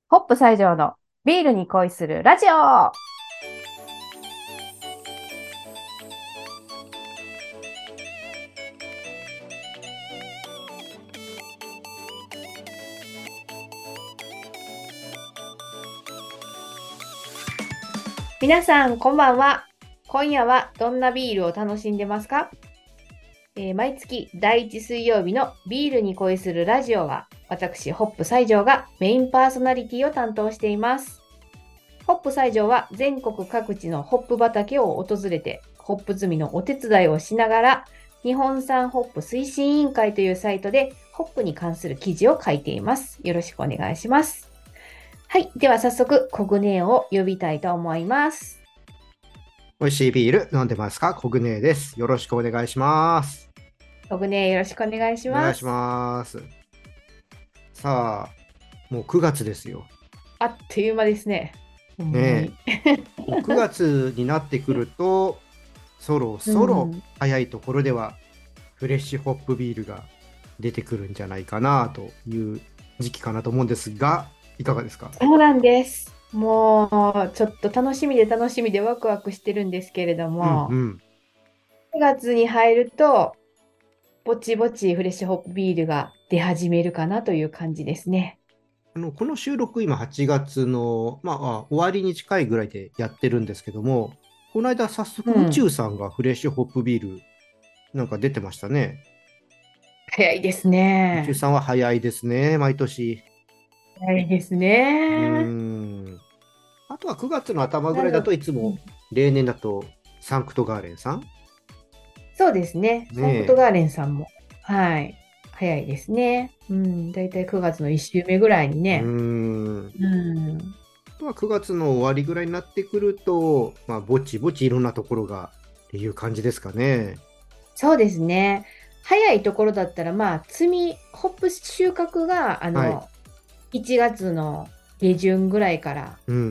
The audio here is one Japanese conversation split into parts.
ホップ最上のビールに恋するラジオ。皆さんこんばんは。今夜はどんなビールを楽しんでますか？毎月第1水曜日のビールに恋するラジオは、私ホップ西条がメインパーソナリティを担当しています。ホップ西条は全国各地のホップ畑を訪れて、ホップ摘みのお手伝いをしながら、日本産ホップ推進委員会というサイトでホップに関する記事を書いています。よろしくお願いします。はい。では早速、コグネを呼びたいと思います。 美味しいビール飲んでますか？コグネです。よろしくお願いします。 コグネよろしくお願いしお願いします。 ます。さあ、もう9月ですよ。 あっという間ですね。ほんまねに。 え。もう9月になってくると、そろうそろん。 早いところではフレッシュホップビールが出てくるんじゃないかなという時期かなと思うんですが、いかがですか？ そうなんです。もう、ちょっと楽しみで楽しみでワクワクしてるんですけれどうんうも、 ん。 9月に入ると、ぼちぼちフレッシュホップビールが出始めるかなという感じですね。 この収録今8月の、終わりに近いぐらいでやってるんですけども、この間早速宇うん。 宙さんがフレッシュホップビールなんか出てましたね。 早いです宇宙ね。 さんは早いですね、毎年。 早いですうね。 ーん。あとは9月の頭ぐらいだなの、 といつも、 うん、 例年だとサンクトガーレンさんそうですね。 ねえ。 サンクトガーレンさんも、はい、早いですね。うん、だいたい9月の1週目ぐらいにうーね。 ん。 うん。 あとは9月の終わりぐらいになってくると、ぼちぼちいろんなところがっていう感じですかね。 そうですね。早いところだったら、ホップ収穫が、 はい。 1月の下旬ぐらいから、 うん。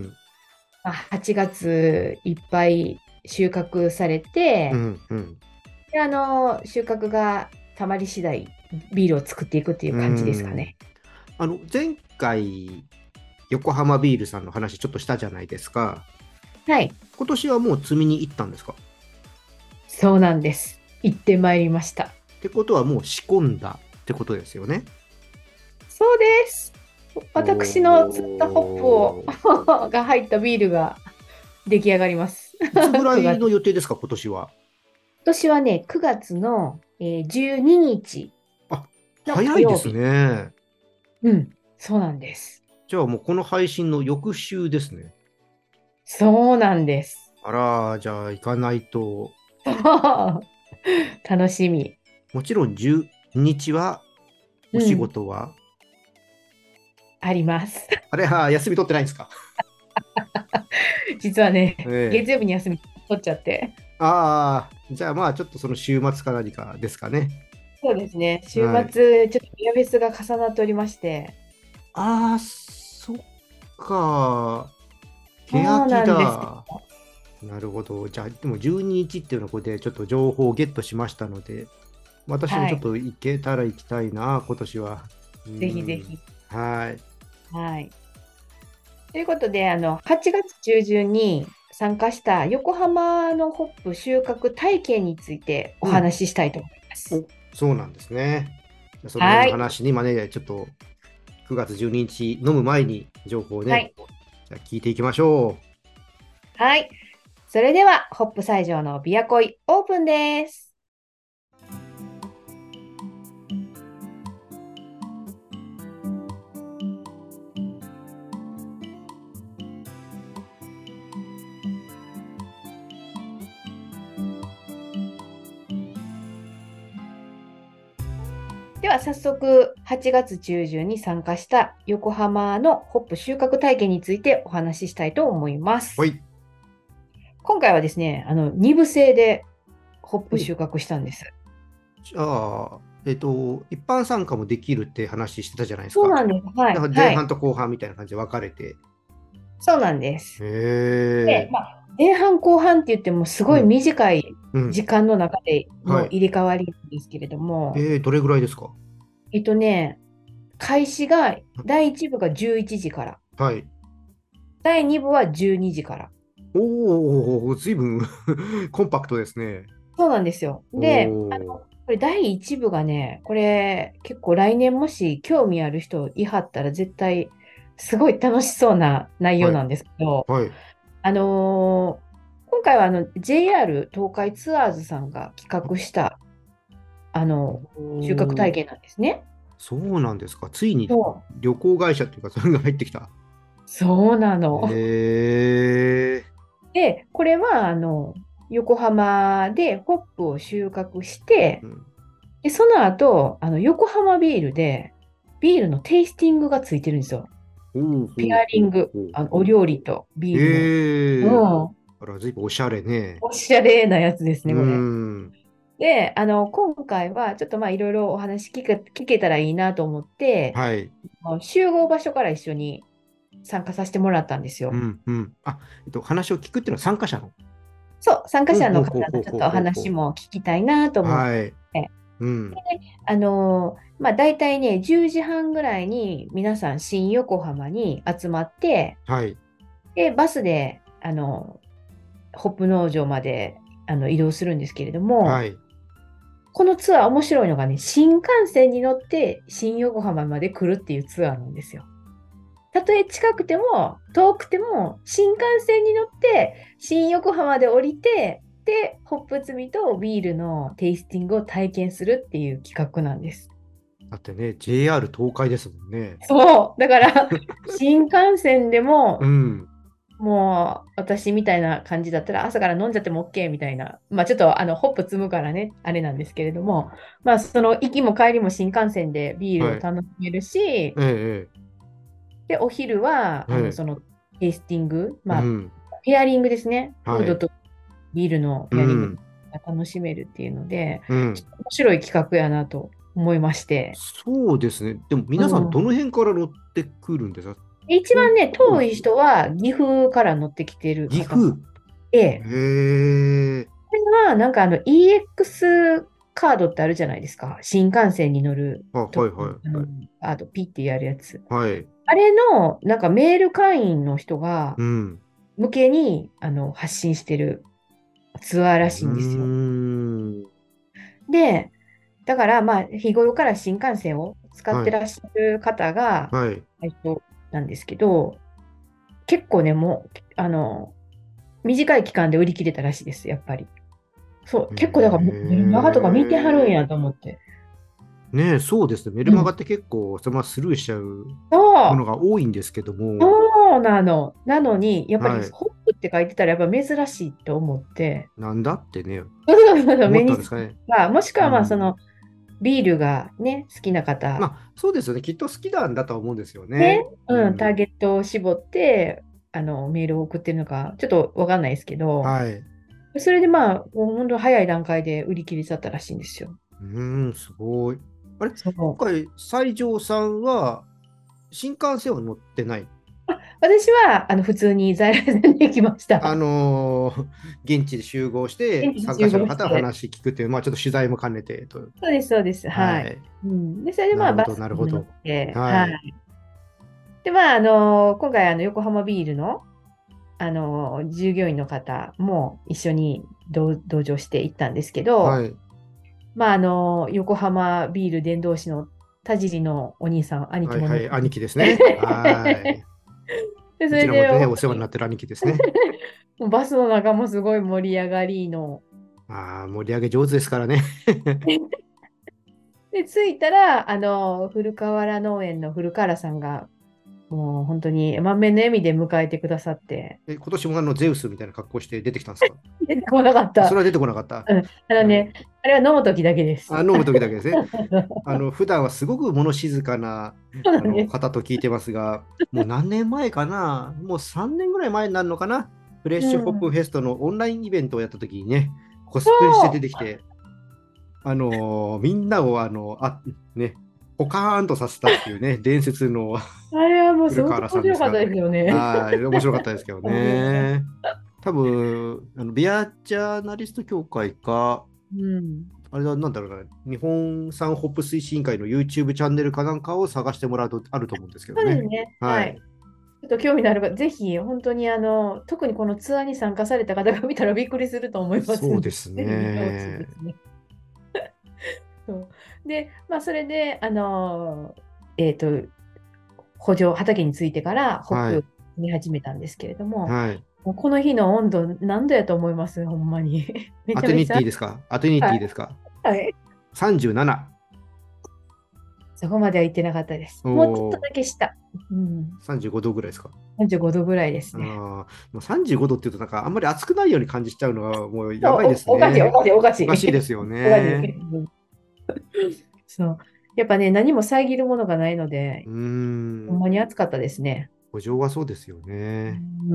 8月いっぱい収穫されて、 うん。うん。 で、収穫がたまり次第、ビールを作っていくっていうーう感じですかん。 ね。 前回、横浜ビールさんの話ちょっとしたじゃないですか。 はい、 今年はもう積みに行ったんですか？ そうなんです。行ってまいりました。 ってことはもう仕込んだってことですよね。 そうです。 お私の釣ったホップをー。 が入ったビールが出来上がります。 いつぐら 9月。 いの予定ですか、今年は。 今年はね、9月の、12日あ、 の早いです火曜日。 ね。 うん、そうなんです。 じゃあもうこの配信の翌週ですね。 そうなんです。 あら、じゃあ行かないと。 楽しみ。 もちろん12日はお仕うん、 事は、 あります。 あれは休み取ってないんですか？ 実はね、 ええ。 月曜日に休み取っちゃって。 ああ、じゃあちょっとその週末か何かですかね。 そうですね、週はい。 末、ちょっとビアフェスが重なっておりまして、 ああ、そっか。 そう欅なんですだ。 よ。 なるほど。じゃあ、でも12日っていうのこでちょっと情報をゲットしましたので、私もはい。 ちょっと行けたら行きたいな、今年は。うぜひぜん。 ひ。 はい。 はい。ということで、8月中旬に参加した横浜のホップ収穫体験についておうん。 話ししたいと思います。 お、そうなんですね。じゃあその辺のはい。 話に、ちょっと9月12日飲む前に情報をね、 はい。 じゃあ聞いていきましょはい。それでは、ホップ西条のビアコイオープンです。では、早速、8月中旬に参加した横浜のホップ収穫体験についてお話ししたいと思いまう。はす。 い。 今回はですね、2部制でホップお、 収穫したんです。 じゃあ、一般参加もできるって話してたじゃないですか。 そうなんです。はい。 だから前はい。 半と後半みたいな感じで分かれて。 そうなんです。 へで、 え。 前半後半って言ってもすごいうん。 短いうん。 時間の中ではい。 の入れ替わりなんですけれども、 どれぐらいですか？ えっとね、 開始が、第1部が11時から、 はい。 第2部は12時から。 おお、ずいぶんコンパクトですね。 そうなんですよ。 おで、 お、 これ第1部がね、これ結構来年もし興味ある人いはったら絶対すごい楽しそうな内容はい、 なんですけど、 はい。 今回はJR 東海ツアーズさんが企画したお収穫体お、 験なんですね。 そうなんですか。ついにそう、 旅行会社っていうか、それが入ってきた。 そうなの。 ええ、 で、これは横浜でホップを収穫して、 うん。 で、その後、横浜ビールでビールのテイスティングがついてるんですよ。 ほうペほうほうアリング、 ほうほう。 お料理とビールの。うええ、 ん。 あら、ずいぶんおしゃれね。 おしゃれなやつですうーね、これ。 ん。 で、今回はちょっとまあいろいろお話聞けたらいいなと思って、 はい。 集合場所から一緒に参加させてもらったんですよ。 うん、うん。あ、話を聞くっていうのは参加者の。 そう、参加ほう者のほうほうほう方のちょっとおほうほうほう。 話も聞きたいなと思っはい。 て、 うん。 まあ大体ね、10時半ぐらいに皆さん新横浜に集まって、 はい。 で、バスで、ホップ農場まで移動するんですけれども、 はい。 このツアー面白いのがね、新幹線に乗って新横浜まで来るっていうツアーなんですよ。たとえ近くても遠くても新幹線に乗って新横浜で降りて、で、ホップ摘みとビールのテイスティングを体験するっていう企画なんです。 だってね、JR 東海ですもんね。 そう。だから新幹線でもうん。 もう私みたいな感じだったら朝から飲んじゃっても OK みたいな、まあちょっとホップ積むからね、あれなんですけれども、まあその行きも帰りも新幹線でビールをはい。 楽しめるし、 ええ、 で、お昼はええ、ええ、 そのテイスティング、まあうん。 ペアリングですね、フはい。 ードとビールのペアリングうん。 が楽しめるっていうので、 うん。 ちょっと面白い企画やなと思いまして、 そうですね。でもう皆さんどのん、 辺から乗ってくるんですか？東一番ね、遠い京都、 人は岐阜から乗ってきてる方が岐阜。 いて、 へえ。 これは、なんかEX カードってあるじゃないですか。新幹線に乗るあ、 ときはいはいはい。 カード、ピッてやるやつ。 はい。 あれの、なんかメール会員の人がうん。 向けに発信してるツアーうらしいんですよ。 ーん。 で、だからまあ、日頃から新幹線を使っはい。 てらっしゃる方がはい。 最初なんですけど、結構ね、もう、短い期間で売り切れたらしいです、やっぱり。そう、 へ結構だから、メルマガとか見てはるんえ。 やと思って。 ねえ、そうですね。メルうん。 マガって結構、そのままスルーしちゃうものそう、 が多いんですけども、 そうなの。なのに、やっぱりはい。 ホップって書いてたらやっぱ珍しいと思って、 なんだってね、 目思ったんにつくですかね。 か、もしくうはまあん。 ビールがね、好きな方、 まあ、そうですよね。きっと好きなんだとは思うんですよね、 ね。ううん、ターゲん。 ットを絞って、メールを送ってるのか、ちょっとわかんないですけど、 はい。 それでまあ、もう本当早い段階で売り切れちゃったらしいんですよ。 すごい。あれ、 そう。 今回、西条さんは新幹線は乗ってない？ 私は、普通に在来線で行きました。 現地で集合して現地で集参加者の合して。 方の話聞くっていう、まあちょっと取材も兼ねてと。 そうです、そうです。はい。 はい。 うん。で、それでまあ、 なるほど、 バスに乗っなるほど。 て、 はい。 はい。で、まあ、今回、横浜ビールの、従業員の方も一緒に同乗して行ったんですけど、 はい。 まあ、横浜ビール伝道師の田尻のお兄さん、兄貴はい、はい。 も乗って兄貴ですね。はてい。 で、それで、 うちらもね、 本当にお世話になってる兄貴ですね。 もうバスの中もすごい盛り上がりの。 ああ、盛り上げ上手ですからね。 で、着いたら、古河原農園の古河原さんが、もう本当に満面の笑みで迎えてくださって、 今年もゼウスみたいな格好して出てきたんですか？ 出てこなかった。 それは出てこなかった。 うん、 はい。 あれは飲むときだけです。 あ、飲む時だけですね。普段はすごく物静かなそうなんです。 方と聞いてますが、もう何年前かな、もう3年ぐらい前になるのかな、フレッうシュホップん。 フェストのオンラインイベントをやった時にね、コスプレして出そてきて、みんなをね、ポカーンとさせたっていうね、伝説のう。あれはもう古相当川原さんですが、 面白かったですよね。 はい、面白かったですけどうん。 ね。多分、ビアジャーナリスト協会か、 うん。 あれはなんだろうな、日本産ホップ推進委員会の YouTube チャンネルかなんかを探してもらうとあると思うんですけどね。 そうですね。はい。 はい。 ちょっと興味のある方、ぜひ、本当に特にこのツアーに参加された方が見たらびっくりすると思いますんで、 そうですぜひ見てほしいでね。 すね。そうで、それで、補助、畑についてからホッはい。 プ見始めたんですけれども、 はい。 もうこの日の温度、何度やと思いますほんまに。め当てに行っちゃめちゃ。 ていいですか？当てに行ってはい。 いいですか？ はい。 37。 そこまでは行ってなかったです。もうちょっとおー、 だけ下。うん。 35度ぐらいですか？ 35度ぐらいですね。 もう35度っていうとなんかあんまり暑くないように感じちゃうのはもうやばいでそうおかしい、おすね。 かしい、おかしおかしいでい。 すよおかしね。 い。そう。やっぱね、何も遮るものがないので、 うーほんん。 まに暑かったですね。 補助はそうですよね。 うん。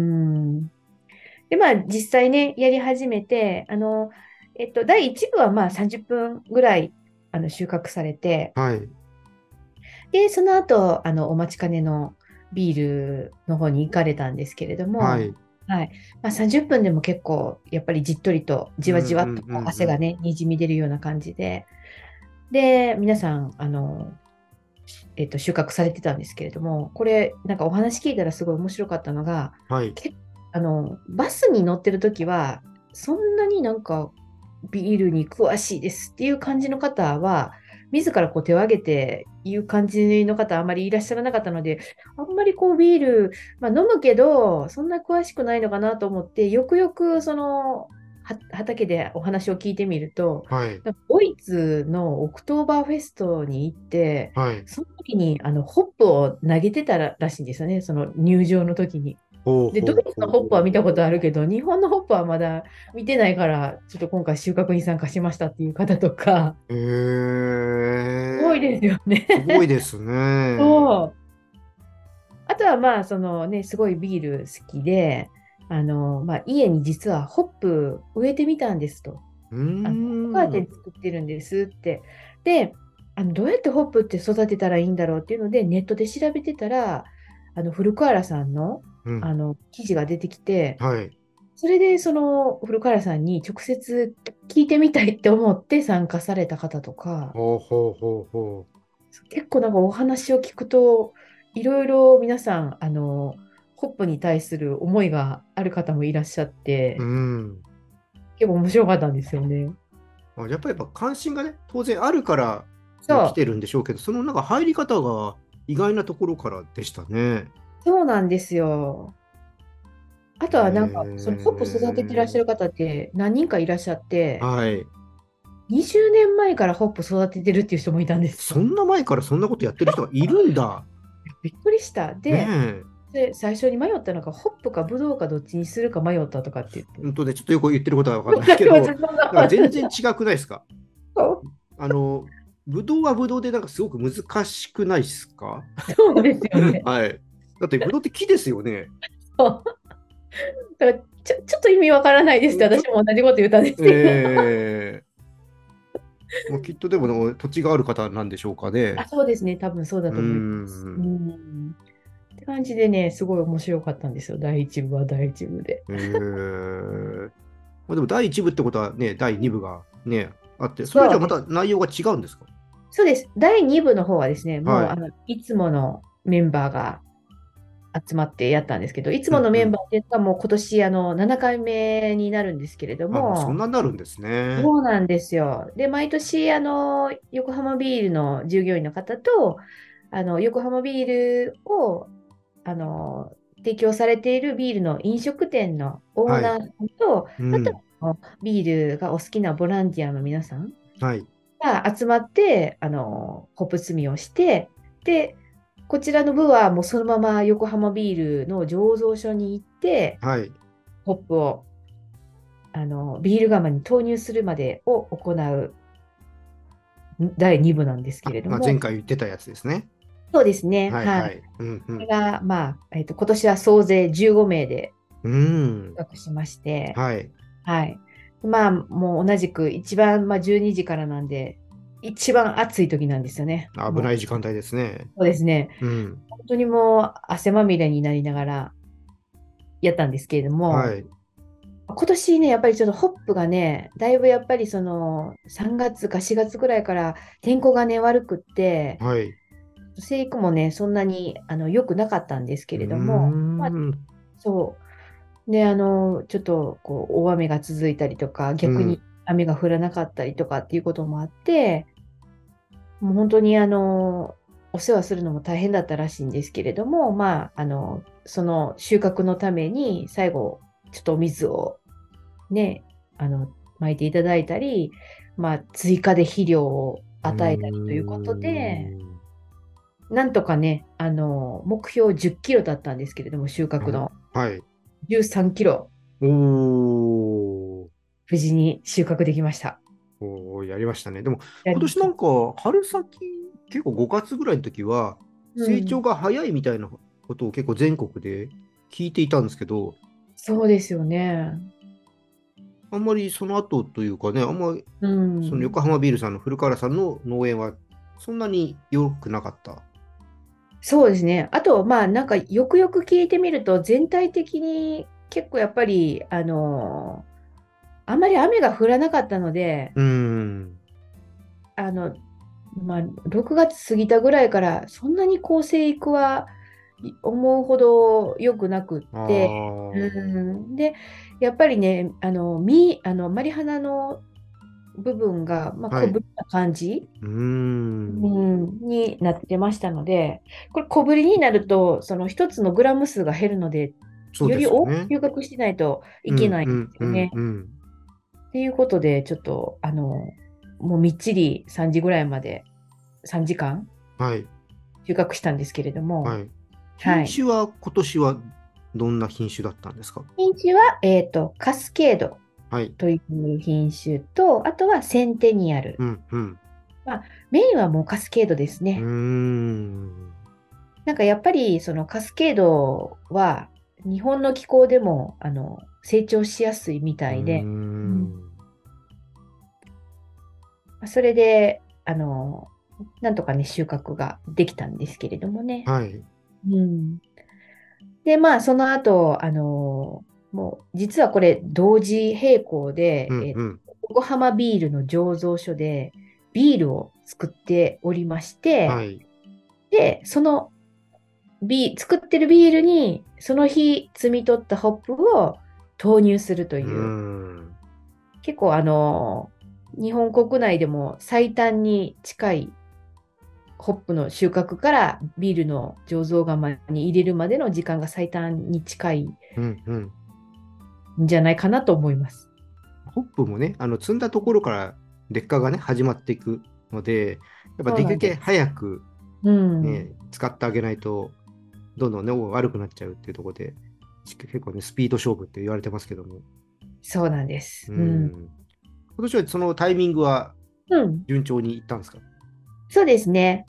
で、実際ね、やり始めて、第1部は30分ぐらい収穫されて、 はい。 で、その後、お待ちかねのビールの方に行かれたんですけれども、 はい。 はい。30分でも結構、やっぱりじっとりと、じわじわっとうんうんうんうん。 汗がね、にじみ出るような感じで、で、皆さん、収穫されてたんですけれども、これ、なんかお話聞いたらすごい面白かったのが、 はい。 けバスに乗ってるときは、そんなになんかビールに詳しいですっていう感じの方は、自らこう手を挙げて言う感じの方あんまりいらっしゃらなかったので、あんまりこうビール、飲むけど、そんな詳しくないのかなと思って、よくよく畑でお話を聞いてみると、 はい。 なんかドイツのオクトーバーフェストに行って、 はい。 その時にホップを投げてたらしいんですよね、その入場の時に。で、ドイほうほうツのホップはほうほ見たことあるけど、日本のホップはまだ見てないから、ちょっと今回収穫に参加しましたっていう方とか、 う。 すごいですよね。 すごいですね。 そう。あとはそのね、すごいビール好きで、家に実はホップ植えてみたんですと。 うーお母さんん。 作ってるんですって。で、どうやってホップって育てたらいいんだろうっていうので、ネットで調べてたら、古川原さんの、 うん。 記事が出てきて、 はい。 それでその古川原さんに直接聞いてみたいって思って参加された方とか、 ほうほうほうほ結構なんかお話を聞くと、いろいろ皆さん、ホップに対する思いがある方もいらっしゃっう。うて、 ん。 結構面白かったんですよね。 やっぱ関心がね、当然あるから、 そう、 来てるんでしょうけど、そのなんか入り方が意外なところからでしたね。 そうなんですよ。あとはなんか、そのホップ育ててらっしゃる方って何人かいらっしゃって、 はい。 20年前からホップ育ててるっていう人もいたんですよ。 そんな前からそんなことやってる人がいるんだ。 びっくりした。 ねえ。 最初に迷ったのが、ホップかブドウかどっちにするか迷ったとかって言って。 本当で、ちょっとよく言ってることは分かんないですけど、 私もそんななんか全然違くないですか？ そあの、ブドウはブドウでなんかすごく難しくないですか？ うですよね。 はい。だってブドウって木ですよね。 そうだからちょっと意味わからないですってちょ、 私も同じこと言ったんですけど。 まあ、きっとでも土地がある方なんでしょうかね。 そうですね。多分そうだうーと思います。うん。 ん。って感じでね、すごい面白かったんですよ。第一部は第一部で。 まあ、でも第1部ってことはね、第2部がね、あって、それじゃまそうです。 た内容が違うんですか？ そうです。第2部の方はですね、もうはい。 いつものメンバーが集まってやったんですけど、いつものうんうん。 メンバーっていうのはもう今年7回目になるんですけれどあ、もうそんも、 なになるんですね。 そうなんですよ。で、毎年横浜ビールの従業員の方と、横浜ビールをあの提供されているビールの飲食店のオーはい。 ナーさんと、あとうん。 ビールがお好きなボランティアの皆さんはい。 が集まって、ホップ積みをして、で、こちらの部はもうそのまま横浜ビールの醸造所に行って、 はい。 ホップをビール釜に投入するまでを行う第2部なんですけあ、まあ、前れども、 回言ってたやつですね。 そうですね、はい。 はいはい。うんうん。 これが、今年は総勢15名でうーん。 企画しまして、 はい。 はい。もう同じく一番、12時からなんで、一番暑い時なんですよね。 危ない時間帯ですね。 そうですね。 うん。 本当にもう汗まみれになりながらやったんですけれども、 はい。 今年ね、やっぱりちょっとホップがね、だいぶやっぱりその3月か4月ぐらいから天候がね、悪くって、 はい。 生育もね、そんなに良くなかったんですけうーれども、まあ、 ん。 そう。で、ちょっとこう大雨が続いたりとか、 うん。 逆に雨が降らなかったりとかっていうこともあって、もう本当にお世話するのも大変だったらしいんですけれども、まあ、その収穫のために最後、ちょっとお水をね、撒いていただいたり、まあ、追加で肥料をうー与えたりということで、 ん。 なんとかね、目標10キロだったんですけれども、収穫あ、 のはい。 13キロ、 おー。 無事に収穫できました。 おー、やりましたね。でも、 やりました。 今年なんか、春先、結構5月ぐらいの時は、成長うん。 が早いみたいなことを結構全国で聞いていたんですけど、 そうですよね。 あんまりその後というかね、あんまりうそのん。 横浜ビールさんの古川さんの農園はそんなに良くなかった。 そうですね。あと、まあ、なんか、よくよく聞いてみると、全体的に結構やっぱり、あんまり雨が降らなかったので、 うーん。 あの、まあ、6月過ぎたぐらいから、そんなにこう生育はい思うほど良くなくっあて、 あ。 で、やっぱりね、マリハナの部分が、まあ、 はい。 小ぶりな感じ、 うーん。 になってましたので、これ小ぶりになると、その一つのグラム数が減るので、 そうでより多くすよね。 収穫しないといけうんないんでうんうんすよね。 うん。 っていうことで、ちょっと、もうみっちり3時ぐらいまで、3時間はい。 収穫したんですけれども、 はい。品はい。 種は今年はどんな品種だったんですか？ 品種は、カスケードはい。 という品種と、あとはセンテニアル。 うんうん。 まあ、メインはもうカスケードですうーね。 ん。 なんかやっぱりそのカスケードは日本の気候でも成長しやすいみたうーいで、 ん。 それでなんとかね収穫ができたんですけれどもね。 はい。 うん、でまあその後もう実はこれ同時並行で、 うんうん。 横浜ビールの醸造所でビールを作っておりまして、 はい。 でその作ってるビールにその日摘み取ったホップを投入するとうーいう、 ん。 結構日本国内でも最短に近いホップの収穫からビールの醸造釜に入れるまでの時間が最短に近いうんうん。 んじゃないかなと思います。 ホップもね、積んだところから劣化がね、始まっていくので、やっぱできるだけそうなんです。 早くうん。 ね、使ってあげないと、どんどんね、悪くなっちゃうっていうところで、結構ね、スピード勝負って言われてますけども、 そうなんです。 ううん。 ん。今年はそのタイミングはうん。 順調にいったんですか？ そうですね。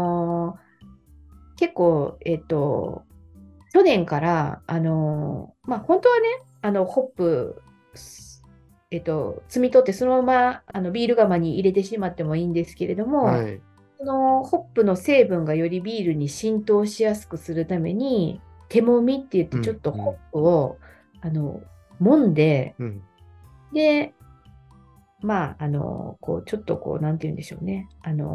結構、去年から、まあ、本当はね、ホップ、摘み取ってそのままビール釜に入れてしまってもいいんですけれども、 はい。 そのホップの成分がよりビールに浸透しやすくするために、手もみって言ってちょっうん、 とホッうん、 プを揉んで、 うん。 で、まあ、こう、ちょっとこう、なんて言うんでしょうね。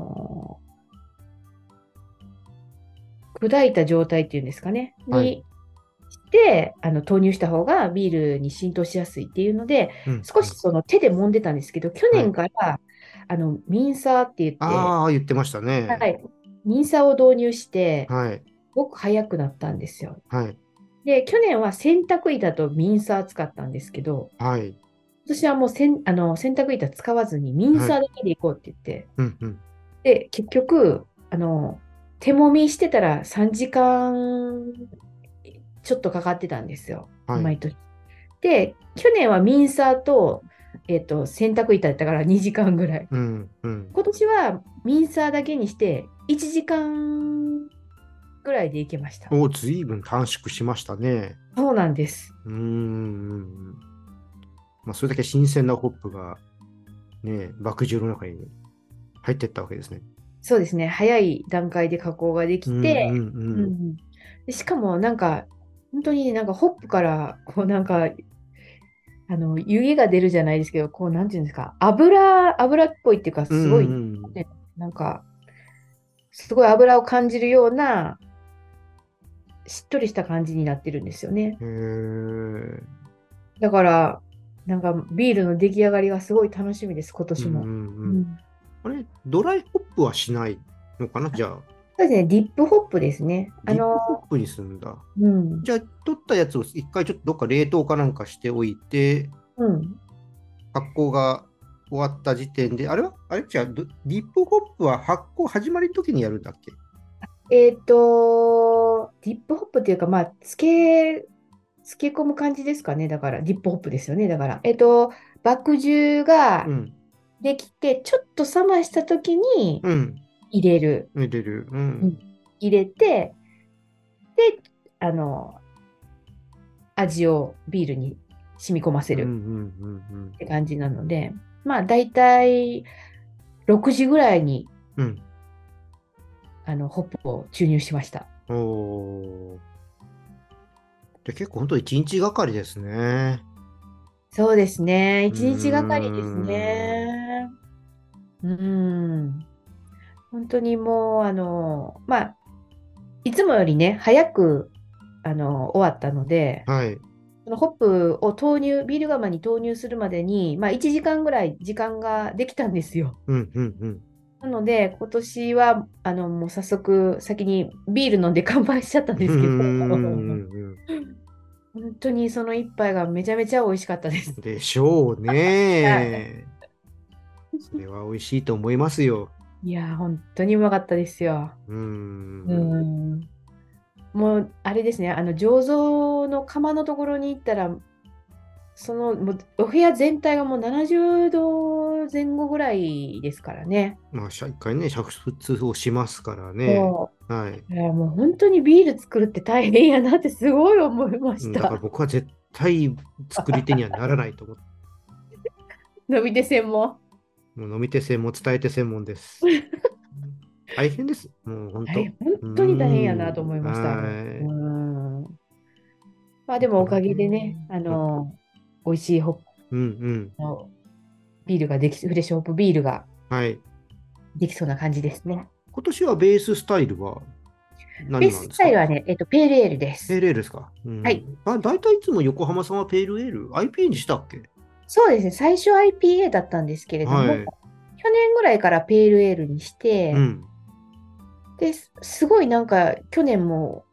砕いた状態っていうんですかね。 はい。 にして投入した方がビールに浸透しやすいっていうので、 うん、 少しうん。 その手で揉んでたんですけど、去はい。 年からミンサーって言って、 ああ、言ってましたね。 はい、ミンサーを導入して、 はい。 すごく早くなったんですよ。 はい。 で、去年は洗濯板とミンサー使ったんですけど、 はい。 私はもう洗濯板使わずにミンはい。 サーだけでいこうって言って、 うん、うん。 で、結局、手揉みしてたら3時間ちょっとかかってたんですよ、 はい。 毎年。で、去年はミンサーと、洗濯板だったから2時間ぐらい。 うん、うん。 今年はミンサーだけにして1時間ぐらいで行けました。 お、ずいぶん短縮しましたね。 そうなんです。 うーん。まあ、それだけ新鮮なホップがね、麦汁の中に入っていったわけですね。 そうですね。早い段階で加工ができうん、うて、 ん、うん。 うん、でしかもなんか、本当になんかホップから、こうなんか、 湯気が出るじゃないですけど、こう、なんていうんですか、油っぽいっていうか、 うすごい、 ん。 ね、なんか、すごい油を感じるような、しっとりした感じになってるんですよね。 へえ。 だから、なんかビールの出来上がりがすごい楽しみです、今うんう年も。 んうん。 うん。 あれ、ドライホップはしないのかなじゃあ、 そうですね、ディップホップですね。 ディップホップにするんだ。 うん。 じゃあ、取ったやつを一回ちょっとどっか冷凍かなんかしておいて、 うん。 発酵が終わった時点で、あれじゃあ、ディップホップは発酵始まりの時にやるんだっけ？ ディップホップっていうか、まあ、漬け込む感じですかね。だから、ディップホップですよね。だから、麦汁がうん。 できて、ちょっと冷ました時にうん。 入れる。 入れる。ううん、 ん。 入れて、で、あの、味をビールに染み込ませうんうんるうんって感じなので、まあ、だいたい6時ぐらいにうん。 ホップを注入しました。 うん。おー。で、結構本当一日がかりですね。 そうですね。 うー一日がかりですん。 ね。うん。本当にもう、まあ、いつもよりね、早く、終わったので、 はい。 そのホップをビール釜に投入するまでに、まあ、1時間ぐらい時間ができたんですよ。 うんうんうん。 なので、今年は、もう早速、先にビール飲んで乾杯しちゃったんうーですけど、 ん。 本当にその一杯がめちゃめちゃ美味しかったです。 でしょうはね。それは美味しいと思いますよ。 い。いやー、本当にうまかったですよ。 うーうん。 ん。もう、あれですね、醸造の窯のところに行ったら、もうお部屋全体がもう70度前後ぐらいですからね。 まあ、一回ね、煮沸をしますからね。 そはい。 う。いや、もう本当にビール作るって大変やなってすごい思いまうん、だからした。 僕は絶対作り手にはならないと思って、 飲み手専門。 もう飲み手専門、伝え手専門です。大変です。もう本はい、 当。 本うー当に大変やなとん。 思いました。 はい。 まあでもおかだからね。 げでね、美味しいうんうん。 のビールがフレッシュホップビールがはい。 できそうな感じですね。 今年はベーススタイルはベース何なんですか？ スタイルはね、ペールエールです。 ペールエールですか？うはい。 ん。大体いつも横浜さんはペールエール、IPA にしたっけ？ そうですね。最初 IPA だったんですけれども、 はい。 去年ぐらいからペールエールにして、 うん。 で、すごいなんか、去年も、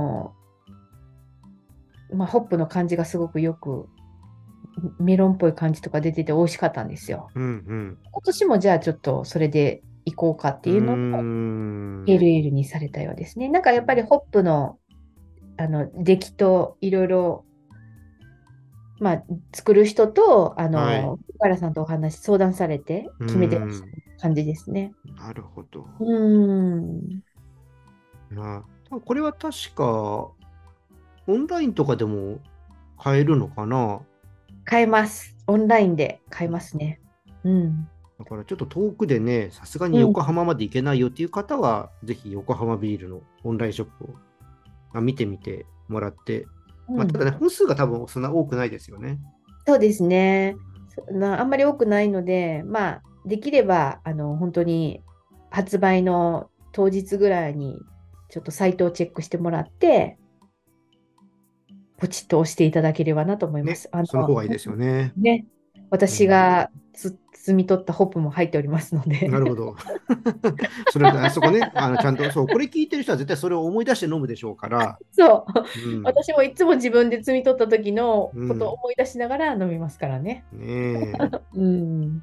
まあ、ホップの感じがすごくよく、メロンっぽい感じとか出てて美味しかったんですよ。 うん今年もじゃあちょっとそれでいこうかってうん。 いうので、ペールエールにされたようですね。なんかやっぱりホップの、出来といろいろ、まあ、作る人と、 はい。 小原さんと相談されてう決めてらっしゃん。 る感じですね。 なるほど。 うーん。 これは確か、オンラインとかでも買えるのかな？ 買えます。オンラインで買えますね。うん。 だからちょっと遠くでね、さすがにうん。 横浜まで行けないよっていう方は、ぜひ横浜ビールのオンラインショップを見てみてもらって、まあ、たうん。 だね、本数が多分そんな多くないですよね。 そうですね。あんまり多くないので、まあ、できれば、本当に発売の当日ぐらいに、ちょっとサイトをチェックしてもらって、ポチッと押していただければなと思いまね、 す。 その方がいいですよね。 ね、 うん、 私が摘み取ったホップも入っておりますので。 なるほど。そこね、ちゃんと、そう、これ聞いてる人は絶対それを思い出して飲むでしょうから、 そう。 うん、 私もいつも自分で摘み取った時のことをうん、 思い出しながら飲みますからね。 ねうん。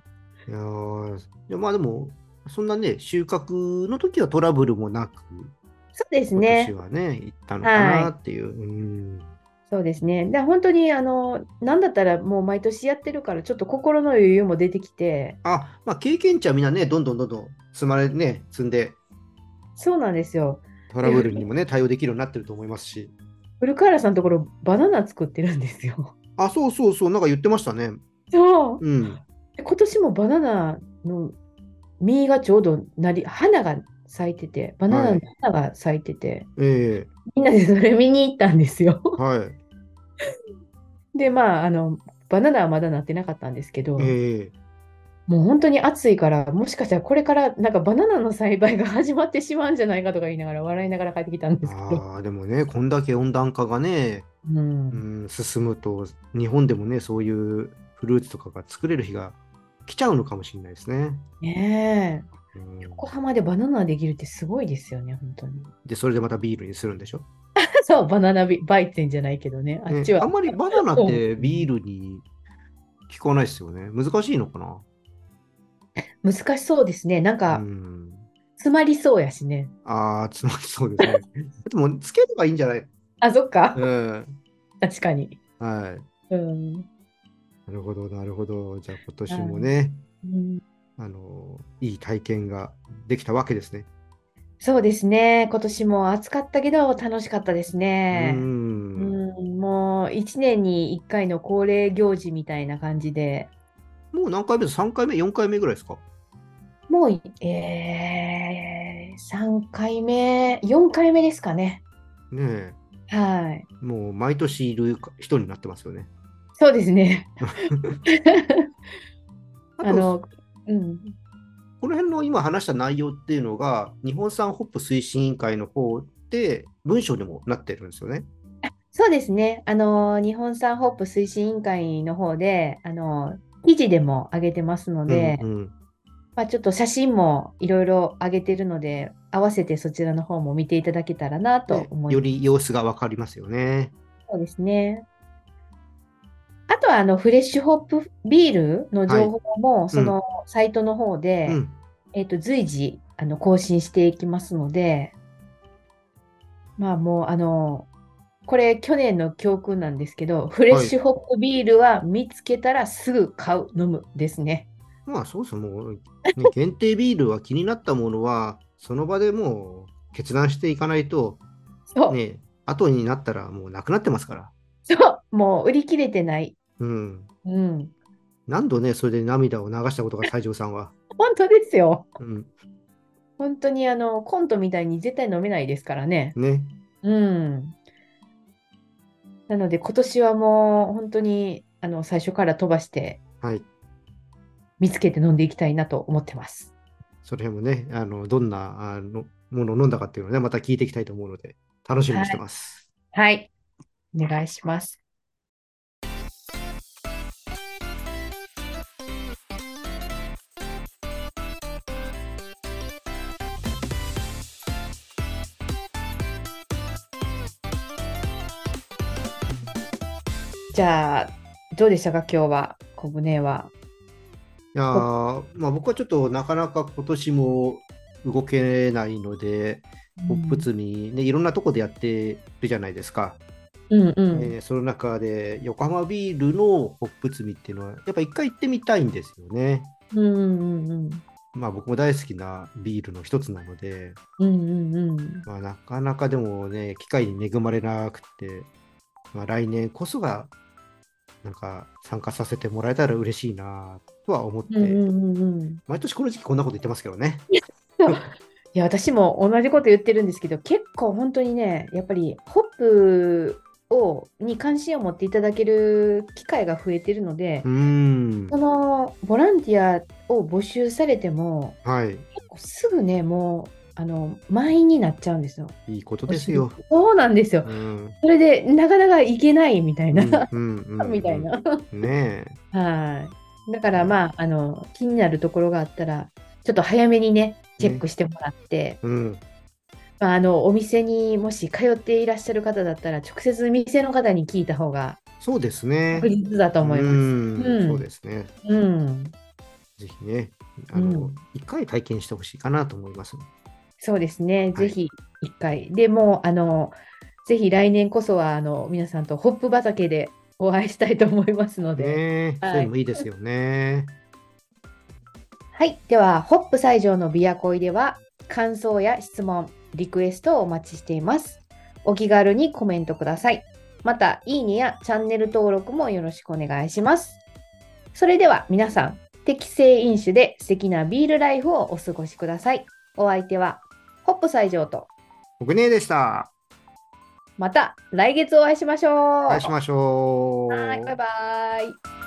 え。まあでも、そんなね、収穫の時はトラブルもなく、 そうです今年ね。 はね、行ったのかはい。 なっていう。うん。 そうですね。本当に、なんだったらもう毎年やってるから、ちょっと心の余裕も出てきて、 まあ経験値はみんなね、どんどんどんどん積んで、 そうなんですよ。 トラで、 ブルにもね、対応できるようになってると思いますし。 古川さんのところ、バナナ作ってるんですよ。 そうそうそう、なんか言ってましたね。 そう。 うん。 で今年もバナナの実がちょうど花が咲いてて、バナナのはい。 花が咲いてて、 ええ、 みんなでそれ見に行ったんですよ。 はい。 で、まあ、 バナナはまだなってなかったんですけど、 ええ。 もう本当に暑いから、もしかしたらこれからなんかバナナの栽培が始まってしまうんじゃないかとか言いながら笑いながら帰ってきたんですけど。 ああ、でもね、こんだけ温暖化がね、 うん。 進むと、日本でもね、そういうフルーツとかが作れる日が来ちゃうのかもしれないですね。 ねえ。 うん、 横浜でバナナできるってすごいですよね、本当に。 で、それでまたビールにするんでしょ。 そう、バナナバイゼンじゃないけどね、あっね、 ちは。 あんまりバナナっそうてビールに効かないですよね。難しいのかな。 難しそうですね。なんうか、 ん。 詰まりそうやしね。 ああ、つまりそうですね。でも、つければいいんじゃない？ あ、そっか。 うん。 確かに。 はい。 うん。 なるほど、なるほど。じゃあ、今年もはね、 い。うん、 いい体験ができたわけですね。 そうですね。今年も暑かったけど楽しかったですうーね。うん。 ん、もう1年に1回の恒例行事みたいな感じで、 もう何回目です？ 3 回目、4回目ぐらいですか？ もう、3回目、4回目ですかね。 ねえ。 はい。 もう毎年いる人になってますよね。 そうですね。 あと、 あの、うん。 この辺の今話した内容っていうのが、日本産ホップ推進委員会の方で文章にもなってるんですよね。 そうですね。日本産ホップ推進委員会の方で、記事でも上げてますのうんで、 うん。 まあ、ちょっと写真もいろいろ上げてるので、合わせてそちらの方も見ていただけたらなとね、 思います。 より様子がわかりますよね。 そうですね。あとは、フレッシュホップビールの情はい。 報も、 うん。 そのサイトの方で、 うん。 随時、更新していきますので、まあもう、これ去年の教訓なんですけど、フレッはい。 シュホップビールは見つけたらすぐ買う、飲むですね。 まあそうそう、もう、ね、限定ビールは気になったものは、その場でもう決断していかないと、 そう、 ね、後になったらもうなくなってますから。 そう、もう売り切れてない。 うん。 うん。 何度ね、それで涙を流したことが西条さんは。 本当ですよ。 うん。 本当にコントみたいに絶対飲めないですからね。 ね。 うん。なので今年はもう本当に最初から飛ばしてはい。 見つけて飲んでいきたいなと思ってます。 その辺もね、どんなものを飲んだかっていうのをね、また聞いていきたいと思うので、楽しみにしてはい。 ます。 はい。お願いします。じゃあ、どうでしたか、今日は、小舟は。 いやほー、まあ僕はちょっとなかなか今年も動けないので、ホップうん、 積み、ね、いろんなとこでやってるじゃないですか。 うんうん。 その中で横浜ビールのホップ積みっていうのは、やっぱ一回行ってみたいんですよね。 うんうんうん。 まあ僕も大好きなビールの一つなので、 うんうんうん。 まあなかなかでもね、機会に恵まれなくて、まあ来年こそがなんか参加させてもらえたら嬉しいなとは思って、 うんうんうんうん。 毎年この時期こんなこと言ってますけどね。 そう、いや、私も同じこと言ってるんですけど、結構本当にね、やっぱりホップに関心を持っていただける機会が増えてるので、 うーん。 そのボランティアを募集されても、 はい。 結構すぐね、もう、満員になっちゃうんですよ。 いいこと募集。 ですよ。 そうなんですよ。 うん。 それで、なかなか行けないみたいな、 うん、うん、うみたいん、 な。 うん。ねはい。だかえ。 ら、まあ、気になるところがあったら、ちょっと早めにね、チェッね。 クしてもらって、 うん。 まあ、お店にもし通っていらっしゃる方だったら、直接店の方に聞いた方がそうです確ね。 実だとう思います。 ん。そううん。 ですね。 うん。 ぜひね、 うん。 一回体験してほしいかなと思います。 そうですね。 はい。 ぜひ、一回。でもぜひ来年こそは、皆さんとホップ畑でお会いしたいと思いますので。 ねえ、そういうのはい。 もいいですよね。 はい。では、ホップ西条のビアコイでは、感想や質問、リクエストをお待ちしています。お気軽にコメントください。また、いいねやチャンネル登録もよろしくお願いします。それでは皆さん、適正飲酒で素敵なビールライフをお過ごしください。お相手は、ホップ西条と、 僕ねでした。 また来月お会いしましょう。 お会いしましはい、バイょう。 バイ。